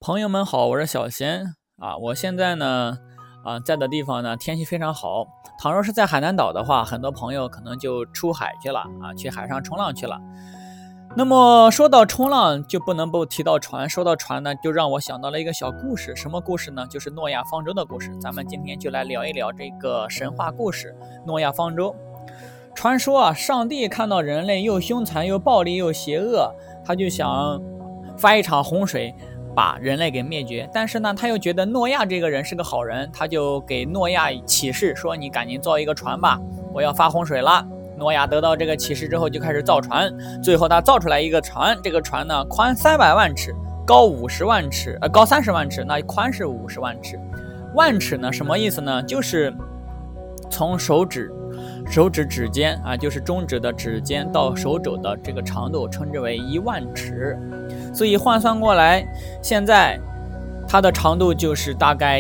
朋友们好，我是小贤啊。我现在呢，在的地方呢天气非常好。倘若是在海南岛的话，很多朋友可能就出海去了啊，去海上冲浪去了。那么说到冲浪，就不能不提到船。说到船呢，就让我想到了一个小故事。什么故事呢？就是诺亚方舟的故事。咱们今天就来聊一聊这个神话故事——诺亚方舟。传说啊，上帝看到人类又凶残又暴力又邪恶，他就想发一场洪水，把人类给灭绝。但是呢，他又觉得诺亚这个人是个好人，他就给诺亚启示说：“你赶紧造一个船吧，我要发洪水了。”诺亚得到这个启示之后，就开始造船。最后他造出来一个船，这个船呢宽300万尺，高50万尺，高30万尺，那宽是50万尺。万尺呢什么意思呢？就是从手指指尖啊，就是中指的指尖到手肘的这个长度，称之为1万尺。所以换算过来，现在它的长度就是大概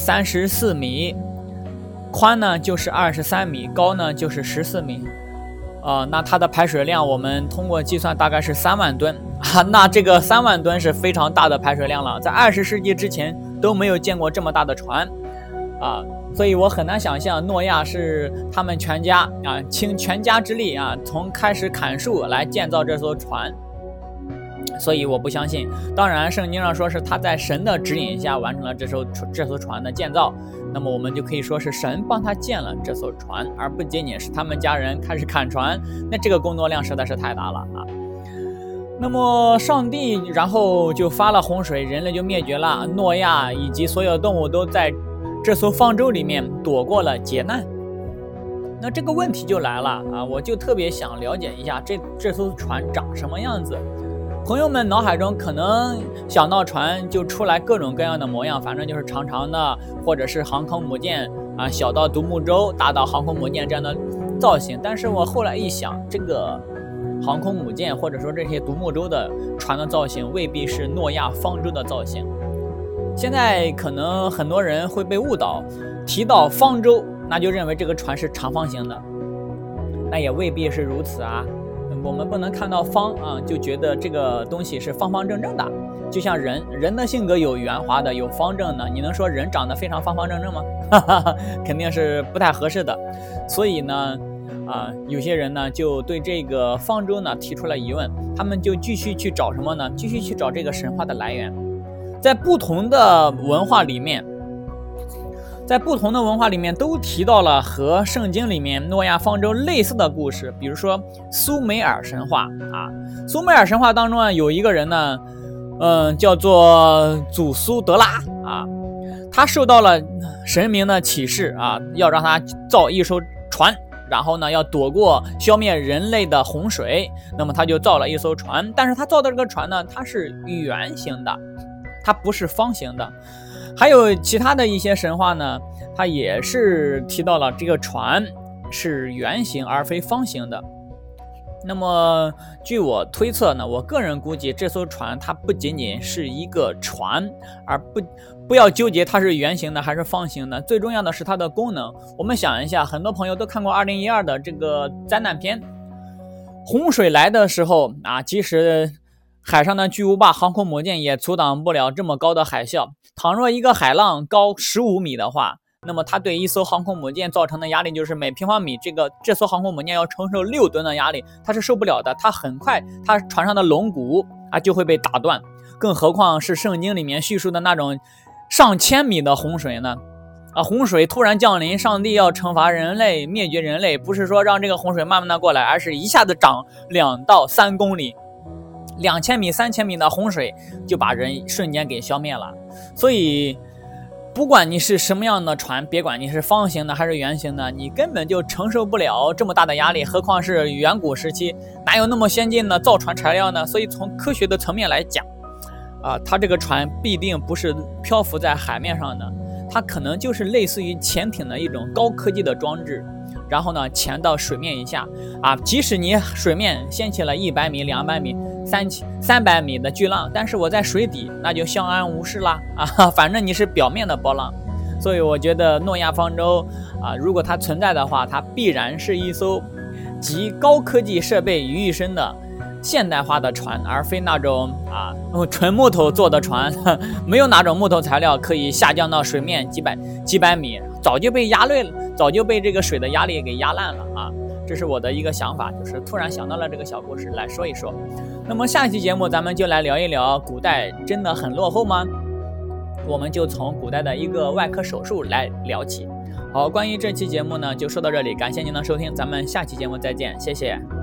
134米，宽呢就是23米，高呢就是14米。那它的排水量我们通过计算大概是3万吨啊，那这个3万吨是非常大的排水量了，在20世纪之前都没有见过这么大的船啊。所以我很难想象诺亚是他们全家啊倾全家之力啊，从开始砍树来建造这艘船，所以我不相信。当然圣经上说是他在神的指引下完成了这艘船的建造，那么我们就可以说是神帮他建了这艘船，而不仅仅是他们家人开始砍船，那这个工作量实在是太大了啊。那么上帝然后就发了洪水，人类就灭绝了，诺亚以及所有动物都在这艘方舟里面躲过了劫难。那这个问题就来了啊，我就特别想了解一下这艘船长什么样子。朋友们脑海中可能想到船就出来各种各样的模样，反正就是长长的，或者是航空母舰啊，小到独木舟，大到航空母舰这样的造型。但是我后来一想，这个航空母舰或者说这些独木舟的船的造型未必是诺亚方舟的造型。现在可能很多人会被误导，提到方舟那就认为这个船是长方形的，那也未必是如此啊。我们不能看到方啊就觉得这个东西是方方正正的，就像人的性格有圆滑的有方正的，你能说人长得非常方方正正吗？肯定是不太合适的。所以呢有些人呢就对这个方舟呢提出了疑问，他们就继续去找什么呢？继续去找这个神话的来源。在不同的文化里面都提到了和圣经里面诺亚方舟类似的故事。比如说苏美尔神话啊，苏美尔神话当中有一个人呢叫做祖苏德拉啊，他受到了神明的启示啊，要让他造一艘船，然后呢要躲过消灭人类的洪水。那么他就造了一艘船，但是他造的这个船呢，它是圆形的，它不是方形的。还有其他的一些神话呢，它也是提到了这个船是圆形而非方形的。那么据我推测呢，我个人估计这艘船它不仅仅是一个船，而不要纠结它是圆形的还是方形的，最重要的是它的功能。我们想一下，很多朋友都看过2012的这个灾难片，洪水来的时候啊，即使海上的巨无霸航空母舰也阻挡不了这么高的海啸。倘若一个海浪高15米的话，那么它对一艘航空母舰造成的压力就是每平方米这艘航空母舰要承受6吨的压力，它是受不了的。它很快它船上的龙骨就会被打断，更何况是圣经里面叙述的那种上千米的洪水呢？洪水突然降临，上帝要惩罚人类，灭绝人类，不是说让这个洪水慢慢的过来，而是一下子涨2到3公里，2000米3000米的洪水就把人瞬间给消灭了。所以不管你是什么样的船，别管你是方形的还是圆形的，你根本就承受不了这么大的压力，何况是远古时期哪有那么先进的造船材料呢？所以从科学的层面来讲它这个船必定不是漂浮在海面上的，它可能就是类似于潜艇的一种高科技的装置，然后呢潜到水面以下即使你水面掀起了100米200米300米的巨浪，但是我在水底那就相安无事啦反正你是表面的波浪。所以我觉得诺亚方舟如果它存在的话，它必然是一艘集高科技设备于一身的现代化的船，而非那种纯木头做的船，没有哪种木头材料可以下降到水面几百米，早就被这个水的压力给压烂了啊！这是我的一个想法，就是突然想到了这个小故事来说一说。那么下期节目咱们就来聊一聊，古代真的很落后吗？我们就从古代的一个外科手术来聊起。好，关于这期节目呢就说到这里，感谢您的收听，咱们下期节目再见，谢谢。